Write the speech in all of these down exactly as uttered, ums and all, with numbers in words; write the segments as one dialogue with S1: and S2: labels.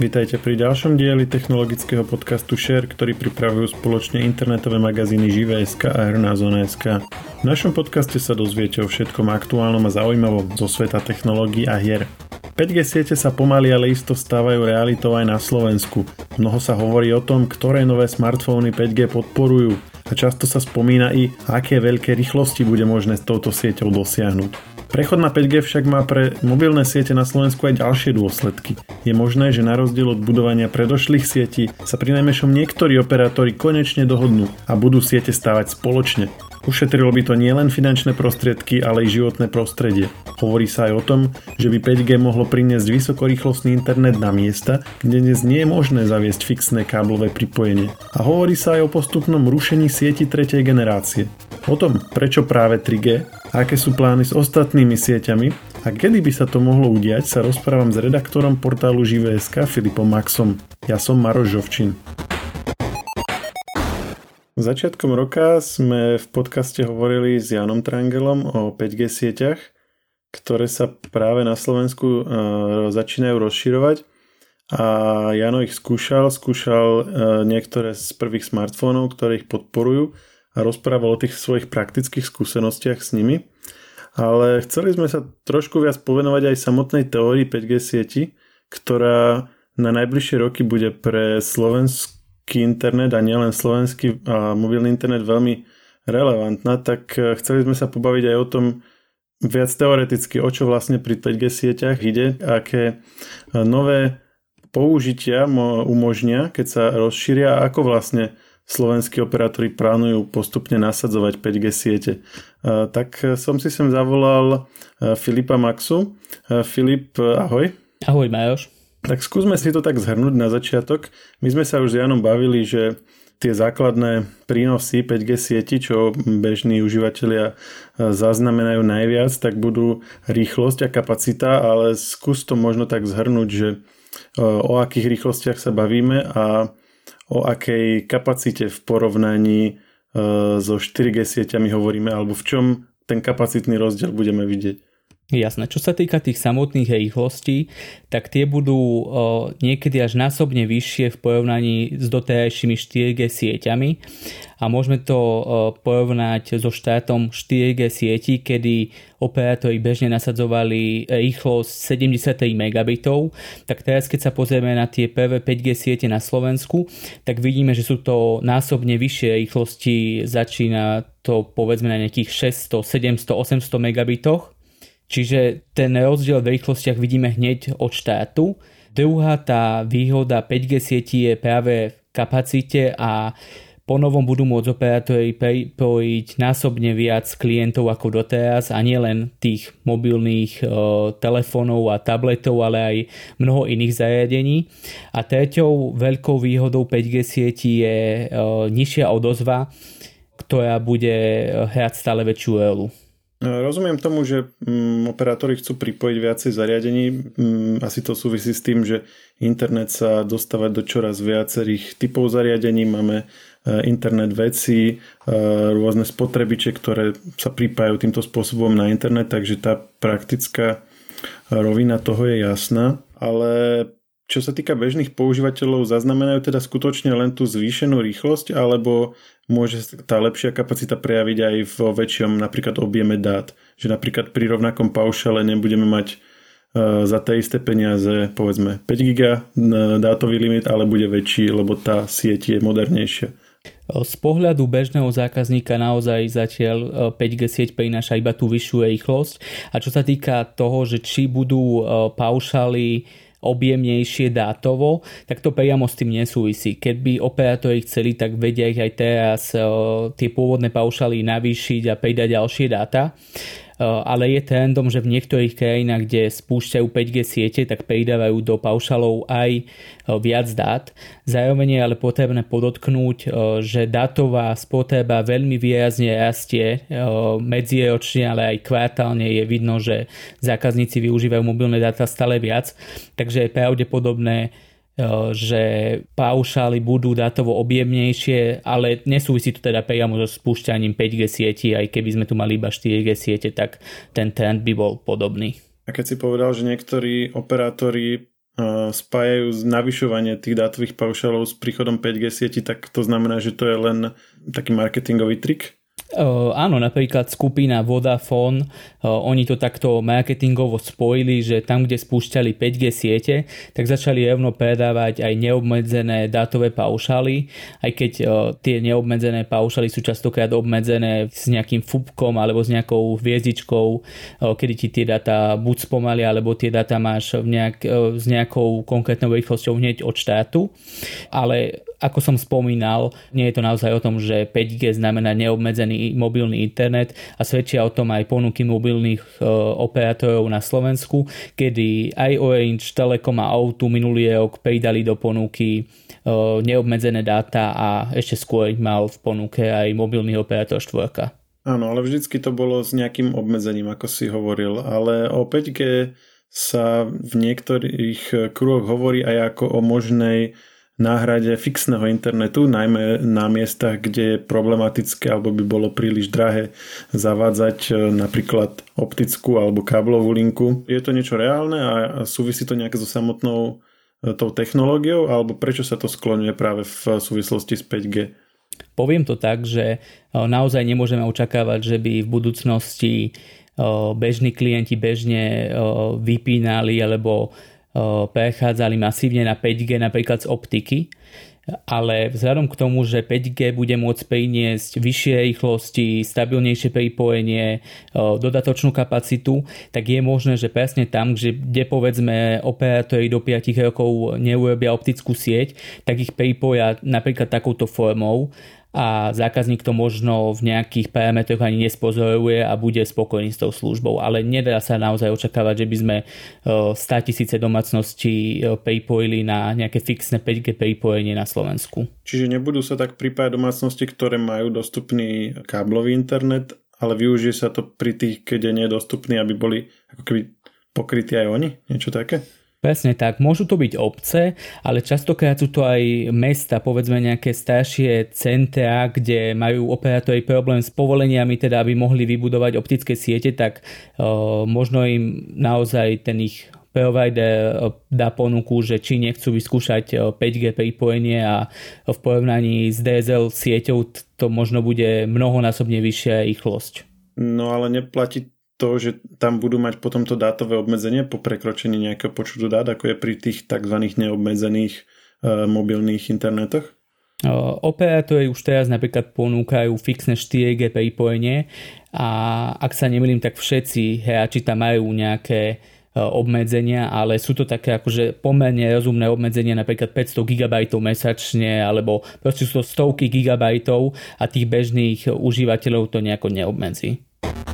S1: Vítajte pri ďalšom dieli technologického podcastu Share, ktorý pripravujú spoločne internetové magazíny Živé.sk a Herná zóna.sk. V našom podcaste sa dozviete o všetkom aktuálnom a zaujímavom zo sveta technológií a hier. päť gé siete sa pomaly, ale isto stávajú realitou aj na Slovensku. Mnoho sa hovorí o tom, ktoré nové smartfóny päť gé podporujú a často sa spomína i, aké veľké rýchlosti bude možné s touto sieťou dosiahnuť. Prechod na päť gé však má pre mobilné siete na Slovensku aj ďalšie dôsledky. Je možné, že na rozdiel od budovania predošlých sietí sa prinajmenšom niektorí operátori konečne dohodnú a budú siete stavať spoločne. Ušetrilo by to nielen finančné prostriedky, ale i životné prostredie. Hovorí sa aj o tom, že by päť gé mohlo priniesť vysokorýchlostný internet na miesta, kde dnes nie je možné zaviesť fixné káblové pripojenie. A hovorí sa aj o postupnom rušení sieti tretej generácie. O tom, prečo práve tri gé, aké sú plány s ostatnými sieťami a kedy by sa to mohlo udiať, sa rozprávam s redaktorom portálu Živé.sk Filipom Maxom. Ja som Maroš Žovčin. Začiatkom roka sme v podcaste hovorili s Jánom Trangelom o päť gé sieťach, ktoré sa práve na Slovensku e, začínajú rozširovať. A Jano ich skúšal, skúšal e, niektoré z prvých smartfónov, ktoré ich podporujú a rozprával o tých svojich praktických skúsenostiach s nimi. Ale chceli sme sa trošku viac povenovať aj samotnej teórii päť gé sieti, ktorá na najbližšie roky bude pre slovenský internet a nielen slovenský a mobilný internet veľmi relevantná, tak chceli sme sa pobaviť aj o tom viac teoreticky, o čo vlastne pri päť gé sieťach ide, aké nové použitia umožnia, keď sa rozšíria a ako vlastne slovenskí operátori plánujú postupne nasadzovať päť gé siete. Tak som si sem zavolal Filipa Maxu. Filip, ahoj.
S2: Ahoj, Majoš.
S1: Tak skúsme si to tak zhrnúť na začiatok. My sme sa už s Janom bavili, že tie základné prínosy päť gé sieti, čo bežní užívateľia zaznamenajú najviac, tak budú rýchlosť a kapacita, ale skús to možno tak zhrnúť, že o akých rýchlostiach sa bavíme a o akej kapacite v porovnaní so štyri gé sieťami hovoríme, alebo v čom ten kapacitný rozdiel budeme vidieť.
S2: Jasné. Čo sa týka tých samotných rýchlostí, tak tie budú o, niekedy až násobne vyššie v porovnaní s doterajšími štyri gé sieťami a môžeme to o, porovnať so štátom štyri gé sietí, kedy operátori bežne nasadzovali rýchlosť sedemdesiattri megabitov, tak teraz keď sa pozrieme na tie prvé päť gé siete na Slovensku, tak vidíme, že sú to násobne vyššie rýchlosti, začína to povedzme na nejakých šesťsto, sedemsto, osemsto megabitoch. Čiže ten rozdiel v rýchlostiach vidíme hneď od štátu. Druhá tá výhoda päť gé sieti je práve v kapacite a ponovom budú môcť operátori pripojiť násobne viac klientov ako doteraz a nielen tých mobilných e, telefónov a tabletov, ale aj mnoho iných zariadení. A treťou veľkou výhodou päť gé sieti je e, nižšia odozva, ktorá bude hrať stále väčšiu rolu.
S1: Rozumiem tomu, že um, operátori chcú pripojiť viacej zariadení. Um, asi to súvisí s tým, že internet sa dostáva do čoraz viacerých typov zariadení. Máme uh, internet vecí, uh, rôzne spotrebiče, ktoré sa pripájajú týmto spôsobom na internet, takže tá praktická rovina toho je jasná. Ale čo sa týka bežných používateľov, zaznamenajú teda skutočne len tú zvýšenú rýchlosť, alebo môže tá lepšia kapacita prejaviť aj vo väčšom napríklad objeme dát. Že napríklad pri rovnakom paušale nebudeme mať uh, za tie isté peniaze povedzme päť giga dátový limit, ale bude väčší, lebo tá sieť je modernejšia.
S2: Z pohľadu bežného zákazníka naozaj zatiaľ päť gé sieť prináša iba tú vyššiu rýchlosť. A čo sa týka toho, že či budú paušály objemnejšie dátovo, tak to priamo s tým nesúvisí. Keď by operátori chceli, tak vedia ich aj teraz uh, tie pôvodné paušály navýšiť a pridať ďalšie dáta. Uh, ale je trendom, že v niektorých krajinách, kde spúšťajú päť gé siete, tak pridávajú do paušálov aj uh, viac dát. Zároveň je ale potrebné podotknúť, uh, že dátová spotreba veľmi výrazne rastie uh, medziročne, ale aj kvartálne je vidno, že zákazníci využívajú mobilné dáta stále viac. Takže je pravdepodobné, že paušály budú dátovo objemnejšie, ale nesúvisí to teda priamo so spúšťaním päť gé sieti, aj keby sme tu mali iba štyri gé siete, tak ten trend by bol podobný.
S1: A keď si povedal, že niektorí operátori spájajú navyšovanie tých dátových paušálov s príchodom päť G sieti, tak to znamená, že to je len taký marketingový trik?
S2: Uh, áno, napríklad skupina Vodafone, uh, oni to takto marketingovo spojili, že tam, kde spúšťali päť G siete, tak začali rovno predávať aj neobmedzené dátové paušály, aj keď uh, tie neobmedzené paušály sú častokrát obmedzené s nejakým fúbkom alebo s nejakou hviezdičkou, uh, kedy ti tie dáta buď spomalia, alebo tie dáta máš v nejak, uh, s nejakou konkrétnou rýchlosťou hneď od štátu. Ale ako som spomínal, nie je to naozaj o tom, že päť G znamená neobmedzený mobilný internet a svedčia o tom aj ponuky mobilných e, operátorov na Slovensku, kedy aj Orange, Telekom a ó dva minulý rok pridali do ponuky e, neobmedzené dáta a ešte skôr ich mal v ponuke aj mobilný operátor štvorka.
S1: Áno, ale vždycky to bolo s nejakým obmedzením, ako si hovoril, ale o päť G sa v niektorých kruhoch hovorí aj ako o možnej náhrade fixného internetu, najmä na miestach, kde je problematické alebo by bolo príliš drahé zavádzať napríklad optickú alebo káblovú linku. Je to niečo reálne a súvisí to nejak so samotnou tou technológiou, alebo prečo sa to skloňuje práve v súvislosti s päť G?
S2: Poviem to tak, že naozaj nemôžeme očakávať, že by v budúcnosti bežní klienti bežne vypínali alebo prechádzali masívne na päť G napríklad z optiky, ale vzhľadom k tomu, že päť G bude môcť priniesť vyššie rýchlosti, stabilnejšie pripojenie, dodatočnú kapacitu, tak je možné, že presne tam, kde povedzme operátori do päť rokov neurobia optickú sieť, tak ich pripoja napríklad takouto formou a zákazník to možno v nejakých parametroch ani nespozoruje a bude spokojný s tou službou. Ale nedá sa naozaj očakávať, že by sme státisíce domácností pripojili na nejaké fixné päť G pripojenie na Slovensku.
S1: Čiže nebudú sa tak pripájať domácnosti, ktoré majú dostupný káblový internet, ale využije sa to pri tých, keď nie je dostupný, aby boli ako keby pokrytí aj oni? Niečo také?
S2: Presne tak, môžu to byť obce, ale častokrát sú to aj mesta, povedzme nejaké staršie centrá, kde majú operátori problém s povoleniami, teda aby mohli vybudovať optické siete, tak uh, možno im naozaj ten ich provider dá ponuku, že či nechcú vyskúšať päť G pripojenie a v porovnaní s dé es el sieťou to možno bude mnohonásobne vyššia rýchlosť.
S1: No ale neplatí to, že tam budú mať potom to dátové obmedzenie po prekročení nejakého počtu dát, ako je pri tých tzv. Neobmedzených e, mobilných internetoch?
S2: Operátori už teraz napríklad ponúkajú fixné štyri G pripojenie a ak sa nemýlim, tak všetci hráči tam majú nejaké obmedzenia, ale sú to také akože pomerne rozumné obmedzenia, napríklad päťsto gigabajtov mesačne, alebo proste sú to stovky gigabajtov a tých bežných užívateľov to nejako neobmedzí.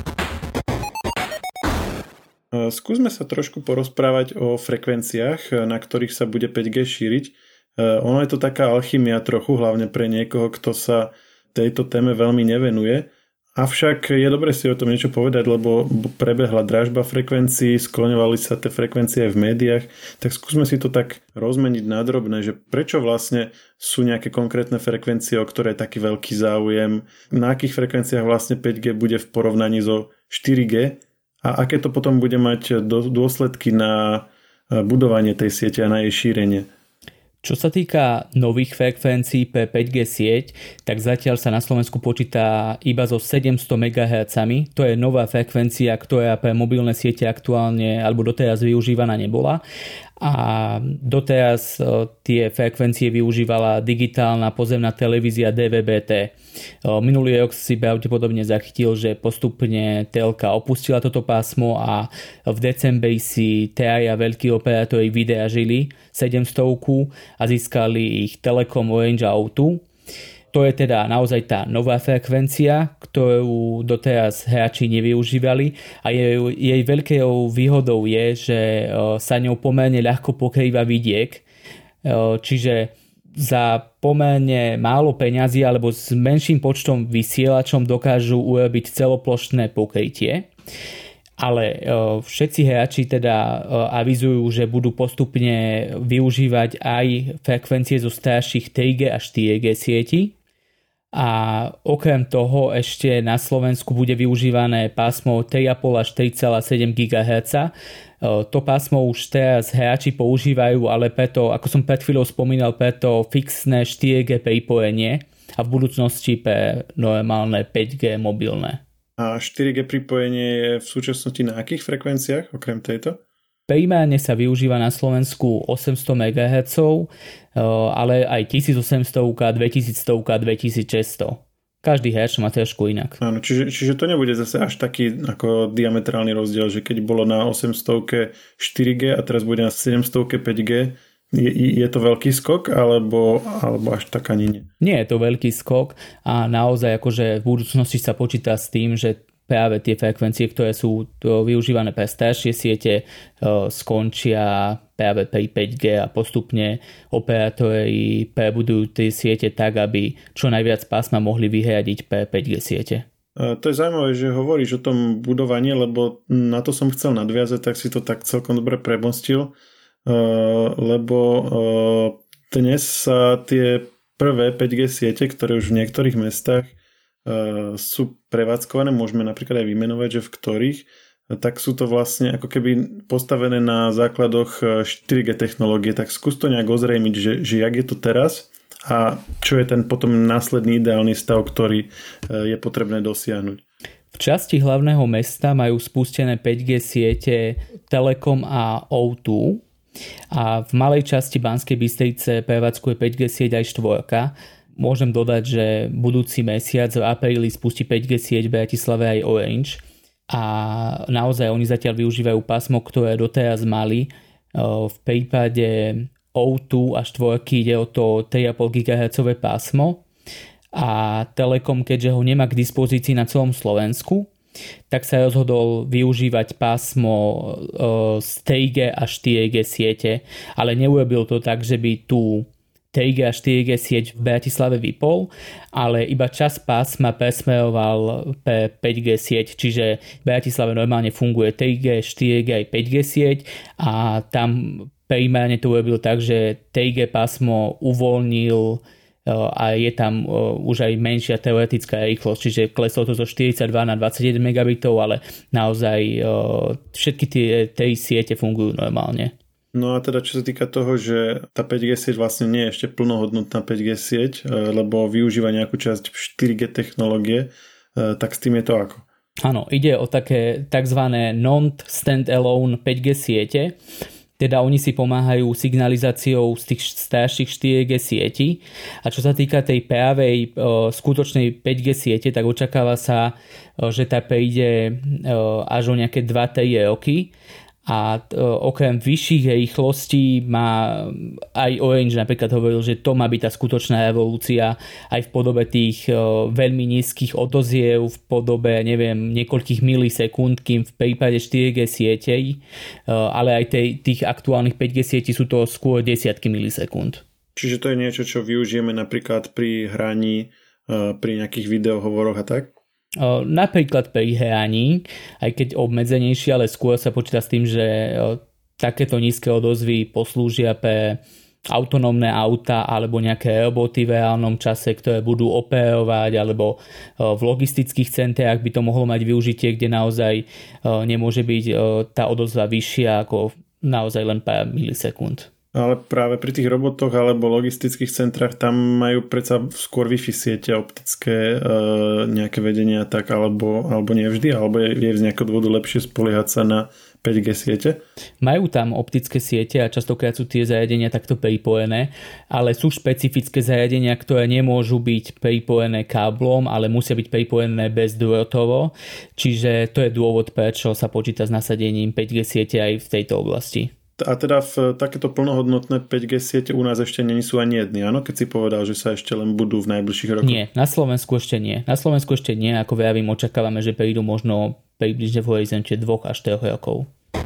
S1: Skúsme sa trošku porozprávať o frekvenciách, na ktorých sa bude päť G šíriť. Ono je to taká alchymia trochu, hlavne pre niekoho, kto sa tejto téme veľmi nevenuje. Avšak je dobre si o tom niečo povedať, lebo prebehla dražba frekvencií, skloňovali sa tie frekvencie aj v médiách, tak skúsme si to tak rozmeniť na drobné, že prečo vlastne sú nejaké konkrétne frekvencie, o ktoré je taký veľký záujem, na akých frekvenciách vlastne päť G bude v porovnaní so štyri G a aké to potom bude mať dôsledky na budovanie tej siete a na jej šírenie.
S2: Čo sa týka nových frekvencií pre päť G sieť, tak zatiaľ sa na Slovensku počíta iba so sedemsto megahertzov. To je nová frekvencia, ktorá pre mobilné siete aktuálne alebo doteraz využívaná nebola. A doteraz tie frekvencie využívala digitálna pozemná televízia dé vé bé té. Minulý rok si pravdepodobne zachytil, že postupne telka opustila toto pásmo a v decembri si traja veľkí operátori vydražili sedemsto a získali ich Telekom, Orange a ó dva. To je teda naozaj tá nová frekvencia, ktorú doteraz hráči nevyužívali a jej, jej veľkou výhodou je, že sa ňou pomerne ľahko pokrýva vidiek, čiže za pomerne málo peňazí alebo s menším počtom vysielačom dokážu urobiť celoplošné pokrytie. Ale všetci hráči teda avizujú, že budú postupne využívať aj frekvencie zo starších tri G a štyri G sietí. A okrem toho ešte na Slovensku bude využívané pásmo tri a pol až tri celé sedem gigahertza. To pásmo už teraz hráči používajú, ale preto, ako som pred chvíľou spomínal, preto fixné štyri gé pripojenie a v budúcnosti pre normálne päť gé mobilné.
S1: A štyri gé pripojenie je v súčasnosti na akých frekvenciách okrem tejto?
S2: Primárne sa využíva na Slovensku osemsto megahertzov, ale aj tisícosemsto, dvetisícsto, dvetisícšesťsto. Každý hráč má trošku inak.
S1: Áno, čiže, čiže to nebude zase až taký ako diametrálny rozdiel, že keď bolo na osemsto štyri gé a teraz bude na sedemsto päť gé, je, je to veľký skok alebo, alebo až tak ani nie? Nie
S2: je to veľký skok a naozaj akože v budúcnosti sa počíta s tým, že práve tie frekvencie, ktoré sú využívané pre staršie siete, skončia práve pri päť gé a postupne operátori prebudujú tie siete tak, aby čo najviac pásma mohli vyhradiť pre päť gé siete.
S1: To je zaujímavé, že hovoríš o tom budovaní, lebo na to som chcel nadviazať, tak si to tak celkom dobre premostil, lebo dnes sa tie prvé päť gé siete, ktoré už v niektorých mestách sú prevádzkované, môžeme napríklad aj vymenovať, že v ktorých, tak sú to vlastne ako keby postavené na základoch štyri gé technológie. Tak skús to nejak ozrejmiť, že, že jak je to teraz a čo je ten potom následný ideálny stav, ktorý je potrebné dosiahnuť.
S2: V časti hlavného mesta majú spustené päť gé siete Telekom a ó dva a v malej časti Banskej Bystrice prevádzkuje päť gé sieť aj štvorka. Môžem dodať, že budúci mesiac v apríli spustí päť gé sieť v Bratislave aj Orange a naozaj oni zatiaľ využívajú pásmo, ktoré doteraz mali. V prípade ó dva a štvorky ide o to tri a pol gigahertzové pásmo a Telekom, keďže ho nemá k dispozícii na celom Slovensku, tak sa rozhodol využívať pásmo z tri gé a štyri gé siete, ale neurobil to tak, že by tu tri gé a štyri gé sieť v Bratislave vypol, ale iba čas pásma presmeroval pre päť gé sieť, čiže v Bratislave normálne funguje tri gé, štyri gé aj päť gé sieť a tam primárne to urobil tak, že tri gé pásmo uvoľnil a je tam už aj menšia teoretická rýchlosť, čiže kleslo to zo štyridsaťdva na dvadsaťjeden megabitov, ale naozaj všetky tie tri siete fungujú normálne.
S1: No a teda čo sa týka toho, že tá päť gé sieť vlastne nie je ešte plnohodnotná päť gé sieť, lebo využíva nejakú časť štyri gé technológie, tak s tým je to ako?
S2: Áno, ide o také tzv. Non-standalone päť gé siete, teda oni si pomáhajú signalizáciou z tých starších štyri gé sietí a čo sa týka tej pravej skutočnej päť gé siete, tak očakáva sa, že tá prejde až o nejaké dva tri roky. A okrem vyšších rýchlostí má aj Orange napríklad hovoril, že to má byť tá skutočná revolúcia aj v podobe tých veľmi nízkych odoziev, v podobe neviem niekoľkých milisekúnd, kým v prípade štyri gé sietí, ale aj tej, tých aktuálnych päť gé sietí sú to skôr desiatky milisekúnd.
S1: Čiže to je niečo, čo využijeme napríklad pri hraní, pri nejakých videohovoroch a tak?
S2: Napríklad pri hraní, aj keď obmedzenejšie, ale skôr sa počíta s tým, že takéto nízke odozvy poslúžia pre autonómne auta alebo nejaké roboty v reálnom čase, ktoré budú operovať, alebo v logistických centrách by to mohlo mať využitie, kde naozaj nemôže byť tá odozva vyššia ako naozaj len pár milisekúnd.
S1: Ale práve pri tých robotoch alebo logistických centrách tam majú predsa skôr Wi-Fi siete, optické e, nejaké vedenia tak, alebo, alebo nie vždy, alebo je, je z nejakého dôvodu lepšie spoliehať sa na päť gé siete?
S2: Majú tam optické siete a častokrát sú tie zariadenia takto pripojené, ale sú špecifické zariadenia, ktoré nemôžu byť pripojené káblom, ale musia byť pripojené bezdrôtovo, čiže to je dôvod, prečo sa počíta s nasadením päť gé siete aj v tejto oblasti.
S1: A teda v takéto plnohodnotné päť gé siete u nás ešte nie sú ani jedny, áno? Keď si povedal, že sa ešte len budú v najbližších rokoch.
S2: Nie, na Slovensku ešte nie. Na Slovensku ešte nie, ako vravím, očakávame, že prídu možno približne v horizonte dvoch až troch rokov.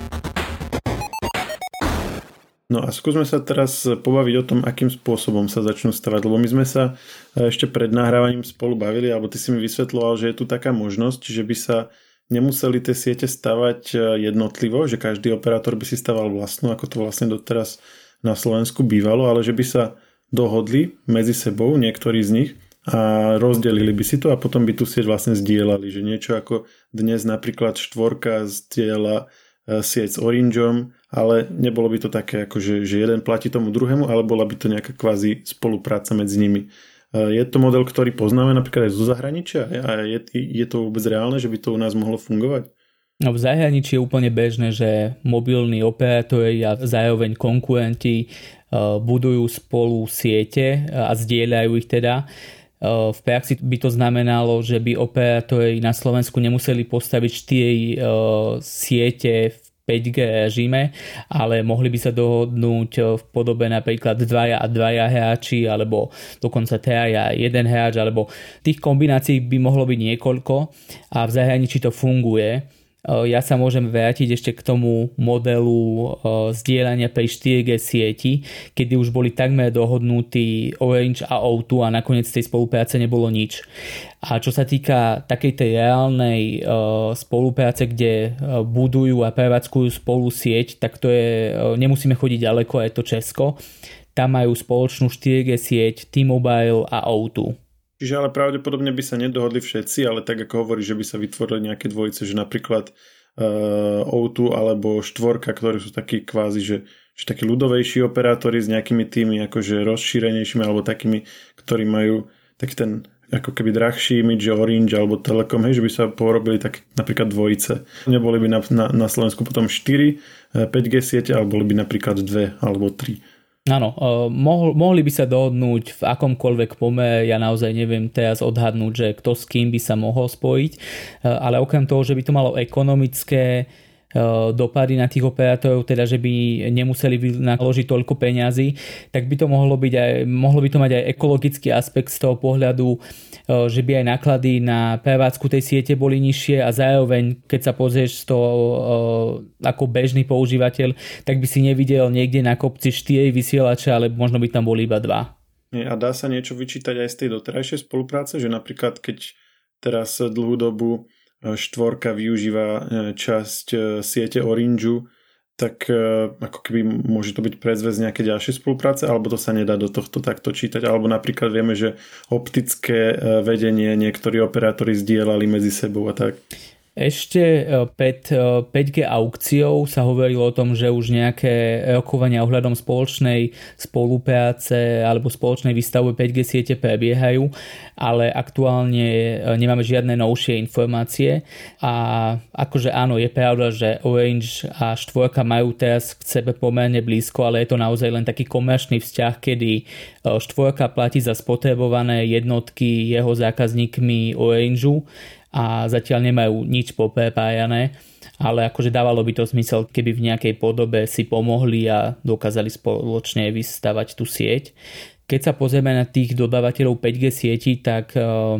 S1: No a skúsme sa teraz pobaviť o tom, akým spôsobom sa začnú stavať, lebo my sme sa ešte pred nahrávaním spolu bavili, alebo ty si mi vysvetľoval, že je tu taká možnosť, že by sa nemuseli tie siete stavať jednotlivo, že každý operátor by si staval vlastnú, ako to vlastne doteraz na Slovensku bývalo, ale že by sa dohodli medzi sebou niektorí z nich, a rozdelili by si to a potom by tú sieť vlastne zdieľali, že niečo ako dnes napríklad štvorka zdieľa sieť s Orangeom, ale nebolo by to také, ako že, že jeden platí tomu druhému, ale bola by to nejaká kvázi spolupráca medzi nimi. Je to model, ktorý poznáme napríklad aj zo zahraničia a je, je to vôbec reálne, že by to u nás mohlo fungovať?
S2: No v zahraničí je úplne bežné, že mobilní operátori a zároveň konkurenti budujú spolu siete a zdieľajú ich teda. V praxi by to znamenalo, že by operátori na Slovensku nemuseli postaviť štyri siete v päť gé režime, ale mohli by sa dohodnúť v podobe napríklad dvaja a dvaja hráči, alebo dokonca traja a jeden hráč, alebo tých kombinácií by mohlo byť niekoľko a v zahraničí to funguje. Ja sa môžem vrátiť ešte k tomu modelu zdieľania pri štyri gé sieti, kedy už boli takmer dohodnutí Orange a ó dva a nakoniec tej spolupráce nebolo nič. A čo sa týka takej tej reálnej spolupráce, kde budujú a prevádzkujú spolu sieť, tak to je, nemusíme chodiť ďaleko, je to Česko. Tam majú spoločnú štyri gé sieť T-Mobile a ó dva.
S1: Čiže ale pravdepodobne by sa nedohodli všetci, ale tak ako hovorí, že by sa vytvorili nejaké dvojice, že napríklad uh, ó dva alebo štvorka, ktorí sú takí kvázi, že, že takí ľudovejší operátori s nejakými tými akože rozšírenejšími alebo takými, ktorí majú taký ten ako keby drahší imidž, Orange alebo Telekom, hej, že by sa porobili tak napríklad dvojice. Neboli by na, na, na Slovensku potom štyri päť gé siete, alebo boli by napríklad dve alebo tri.
S2: Áno, mohli, mohli by sa dohodnúť v akomkoľvek pomere, ja naozaj neviem teraz odhadnúť, že kto s kým by sa mohol spojiť, ale okrem toho, že by to malo ekonomické dopady na tých operátorov, teda že by nemuseli naložiť toľko peňazí, tak by to mohlo byť aj, mohlo by to mať aj ekologický aspekt z toho pohľadu, že by aj náklady na prevádzku tej siete boli nižšie a zároveň, keď sa pozrieš z toho ako bežný používateľ, tak by si nevidel niekde na kopci štyri vysielače, ale možno by tam boli iba dva.
S1: A dá sa niečo vyčítať aj z tej doterajšej spolupráce, že napríklad keď teraz dlhú dobu štvorka využíva časť siete Orangeu, tak ako keby môže to byť predzvesť nejaké ďalšie spolupráce, alebo to sa nedá do tohto takto čítať, alebo napríklad vieme, že optické vedenie niektorí operátori zdieľali medzi sebou a tak.
S2: Ešte pred päť gé aukciou sa hovorilo o tom, že už nejaké rokovania ohľadom spoločnej spolupráce alebo spoločnej výstavby päť gé siete prebiehajú, ale aktuálne nemáme žiadne novšie informácie a akože áno, je pravda, že Orange a štvorka majú teraz k sebe pomerne blízko, ale je to naozaj len taký komerčný vzťah, kedy štvorka platí za spotrebované jednotky jeho zákazníkmi Orangeu a zatiaľ nemajú nič poprepájané, ale akože dávalo by to zmysel, keby v nejakej podobe si pomohli a dokázali spoločne vystavať tú sieť. Keď sa pozrieme na tých dodávateľov päť gé sietí, tak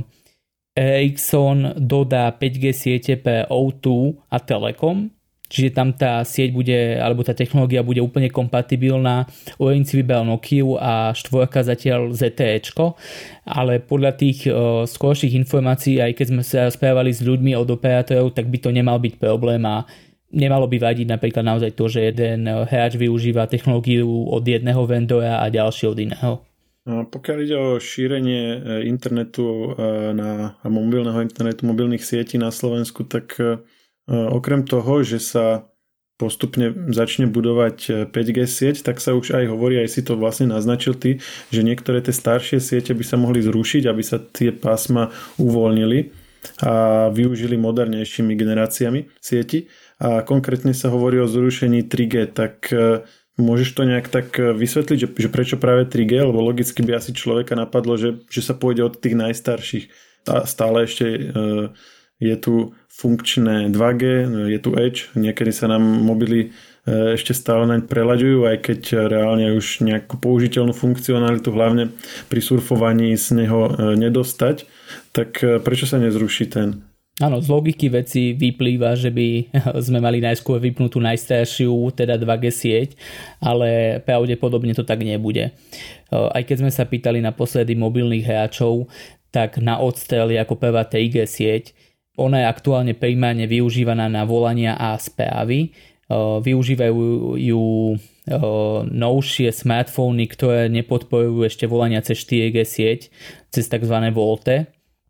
S2: Ericsson dodá päť gé siete pre ó dva a Telekom, čiže tam tá sieť bude, alebo tá technológia bude úplne kompatibilná. Orange si vybral Nokiu a štvorka zatiaľ zet té éčko, ale podľa tých uh, skorších informácií, aj keď sme sa rozprávali s ľuďmi od operátorov, tak by to nemal byť problém a nemalo by vadiť napríklad naozaj to, že jeden hráč využíva technológiu od jedného vendora a ďalší od iného.
S1: A pokiaľ ide o šírenie internetu na, a mobilného internetu, mobilných sietí na Slovensku, tak okrem toho, že sa postupne začne budovať päť gé sieť, tak sa už aj hovorí, aj si to vlastne naznačil ty, že niektoré tie staršie siete by sa mohli zrušiť, aby sa tie pásma uvoľnili a využili modernejšími generáciami sieti. A konkrétne sa hovorí o zrušení tri gé, tak môžeš to nejak tak vysvetliť, že, že prečo práve tri gé, lebo logicky by asi človeka napadlo, že, že sa pôjde od tých najstarších. A stále ešte je tu funkčné dva gé, je tu Edge, niekedy sa nám mobily ešte stále naň prelaďujú, aj keď reálne už nejakú použiteľnú funkcionalitu, hlavne pri surfovaní z neho nedostať, tak prečo sa nezruší ten?
S2: Áno, z logiky veci vyplýva, že by sme mali najskôr vypnutú najstaršiu, teda dva gé sieť, ale pravdepodobne to tak nebude. Aj keď sme sa pýtali naposledy mobilných hráčov, tak na odstrel je ako prvá tri gé sieť. Ona je aktuálne primárne využívaná na volania a správy. Využívajú ju novšie smartfóny, ktoré nepodporujú ešte volania cez štyri gé sieť, cez tzv. VoLTE.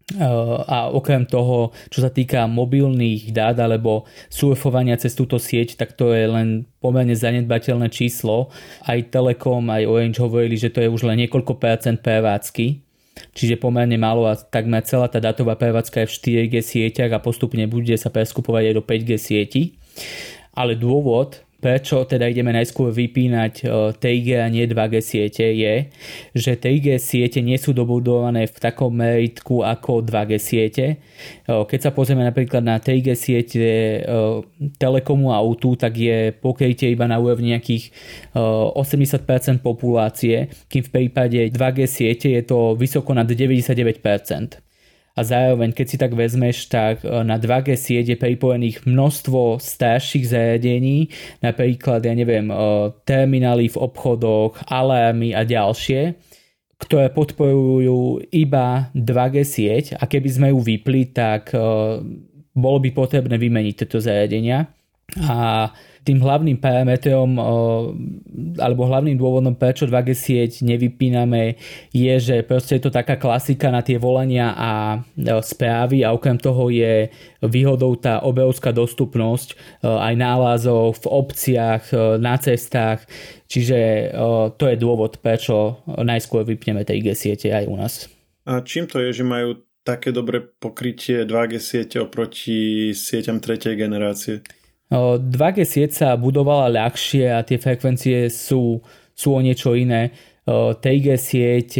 S2: A okrem toho, čo sa týka mobilných dát alebo surfovania cez túto sieť, tak to je len pomerne zanedbateľné číslo. Aj Telekom, aj Orange hovorili, že to je už len niekoľko percent prevádzky, čiže pomerne málo a takmer celá tá dátová prevádzka je v štyri gé sieťach a postupne bude sa preskupovať aj do päť gé sieti. Ale dôvod, prečo teda ideme najskôr vypínať tri gé a nie dva gé siete, je, že tri gé siete nie sú dobudované v takom meritku ako dva gé siete. Keď sa pozrieme napríklad na tri gé siete Telekomu a ó dva, tak je pokrytie iba na úrovni nejakých osemdesiat percent populácie, kým v prípade dva gé siete je to vysoko nad deväťdesiatdeväť percent. A zároveň, keď si tak vezmeš, tak na dva gé sieť je pripojených množstvo starších zariadení, napríklad, ja neviem, terminály v obchodoch, alarmy a ďalšie, ktoré podporujú iba dva gé sieť a keby sme ju vypli, tak bolo by potrebné vymeniť tieto zariadenia. A tým hlavným parametrom alebo hlavným dôvodom, prečo dva gé sieť nevypíname, je, že proste je to taká klasika na tie volania a správy a okrem toho je výhodou tá obrovská dostupnosť aj nálazov v obciach, na cestách, čiže to je dôvod, prečo najskôr vypneme tri gé siete aj u nás.
S1: A čím to je, že majú také dobré pokrytie dva gé siete oproti sieťam tretej generácie?
S2: dva gé sieť sa budovala ľahšie a tie frekvencie sú, sú o niečo iné. tri gé sieť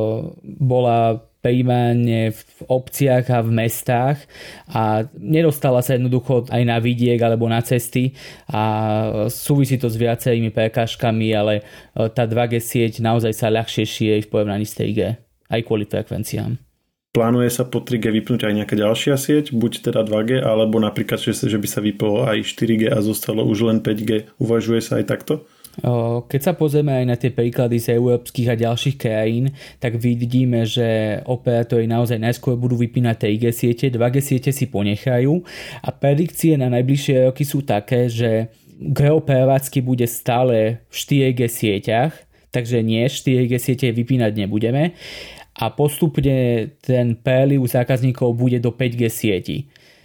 S2: bola primárne v obciach a v mestách a nedostala sa jednoducho aj na vidiek alebo na cesty a súvisí to s viacerými prekážkami, ale tá dva gé sieť naozaj sa ľahšie šíri v porovnaní s tri gé, aj kvôli frekvenciám.
S1: Plánuje sa po tri gé vypnúť aj nejaká ďalšia sieť, buď teda dva gé, alebo napríklad, že, že by sa vyplo aj štyri gé a zostalo už len päť gé. Uvažuje sa aj takto?
S2: Keď sa pozrieme aj na tie príklady z európskych a ďalších krajín, tak vidíme, že operátori naozaj najskôr budú vypínať tri gé siete, dva gé siete si ponechajú a predikcie na najbližšie roky sú také, že gro prevádzky bude stále v štyri gé sieťach, takže nie, štyri gé siete vypínať nebudeme. A postupne ten preliv zákazníkov bude do päť gé sieti.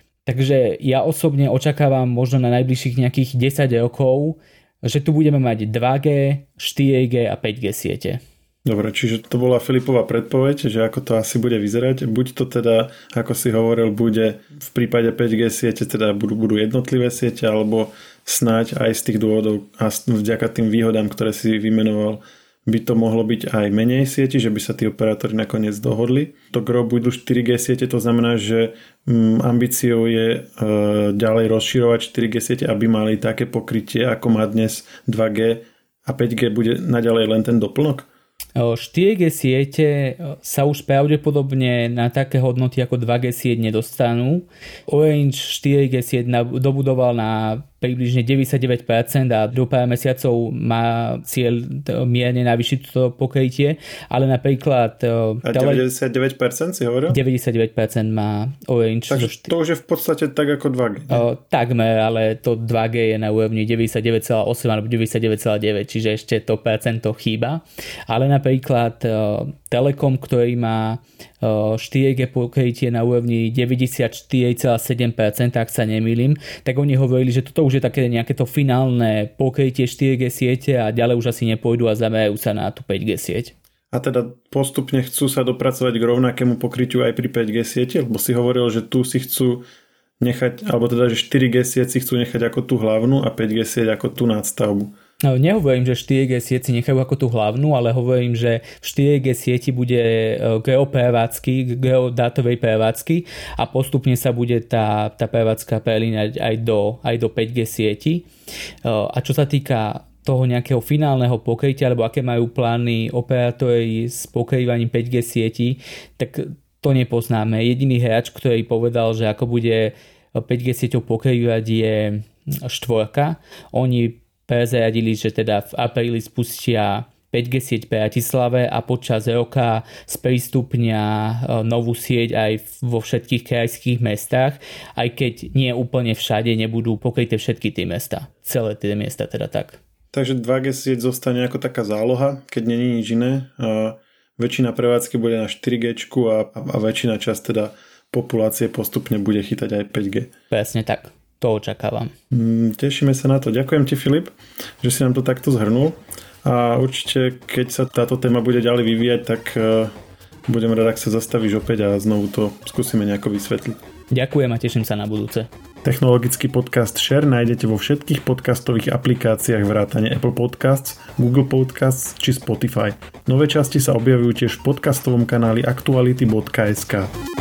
S2: Takže ja osobne očakávam možno na najbližších nejakých desať rokov, že tu budeme mať dva gé, štyri gé a päť gé siete.
S1: Dobre, čiže to bola Filipová predpoveď, že ako to asi bude vyzerať. Buď to teda, ako si hovoril, bude v prípade päť gé siete, teda budú, budú jednotlivé siete, alebo snáď aj z tých dôvodov a vďaka tým výhodám, ktoré si vymenoval, by to mohlo byť aj menej sieti, že by sa tí operátori nakoniec dohodli. To gro budú štyri gé siete, to znamená, že mm, ambíciou je e, ďalej rozširovať štyri gé siete, aby mali také pokrytie, ako má dnes dva gé a päť gé bude naďalej len ten doplnok?
S2: štyri gé siete sa už pravdepodobne na také hodnoty ako dva gé sieť nedostanú. Orange štyri gé sieť dobudoval na približne deväťdesiatdeväť percent a do pár mesiacov má cieľ mierne navýšiť to pokrytie, ale napríklad...
S1: A deväťdesiatdeväť percent si hovoril?
S2: deväťdesiatdeväť percent má Orange.
S1: Takže to už je v podstate tak ako dva gé.
S2: O, takmer, ale to dva gé je na úrovni deväťdesiatdeväť celá osem alebo deväťdesiatdeväť celá deväť, čiže ešte to percento chýba. Ale napríklad uh, Telekom, ktorý má uh, štyri gé pokrytie na úrovni deväťdesiatštyri celá sedem percent, ak sa nemýlim, tak oni hovorili, že toto už je také nejaké to finálne pokrytie štyri gé siete a ďalej už asi nepôjdu a zamerajú sa na tú päť gé sieť.
S1: A teda postupne chcú sa dopracovať k rovnakému pokrytiu aj pri päť gé siete, lebo si hovoril, že tu si chcú nechať, alebo teda, že štyri gé sieť si chcú nechať ako tú hlavnú a päť gé sieť ako tú nadstavbu.
S2: No, nehovorím, že štyri gé sieť si nechajú ako tú hlavnú, ale hovorím, že v štyri gé sieti bude geo prevádzky, geo dátovej prevádzky a postupne sa bude tá, tá prevádzka prelínať aj do, aj do päť gé sieti. A čo sa týka toho nejakého finálneho pokrytia, alebo aké majú plány operátori s pokrývaním päť gé sieti, tak to nepoznáme. Jediný hráč, ktorý povedal, že ako bude päť gé sieťou pokrývať, je štvorka. Oni prezradili, že teda v apríli spustia päť gé sieť v Bratislave a počas roka sprístupnia novú sieť aj vo všetkých krajských mestách, aj keď nie úplne všade nebudú pokryté všetky tie mesta. Celé tie miesta teda tak.
S1: Takže dva G sieť zostane ako taká záloha, keď není nič iné. A väčšina prevádzky bude na štyri G a, a väčšina časť teda populácie postupne bude chytať aj päť G.
S2: Presne tak, to očakávam.
S1: Mm, tešíme sa na to. Ďakujem ti, Filip, že si nám to takto zhrnul. A určite, keď sa táto téma bude ďalej vyvíjať, tak uh, budem rád, ak sa zastavíš opäť a znovu to skúsime nejako vysvetliť.
S2: Ďakujem a teším sa na budúce.
S1: Technologický podcast Share nájdete vo všetkých podcastových aplikáciách vrátane Apple Podcasts, Google Podcasts či Spotify. Nové časti sa objavujú tiež v podcastovom kanáli aktuality bodka es ká.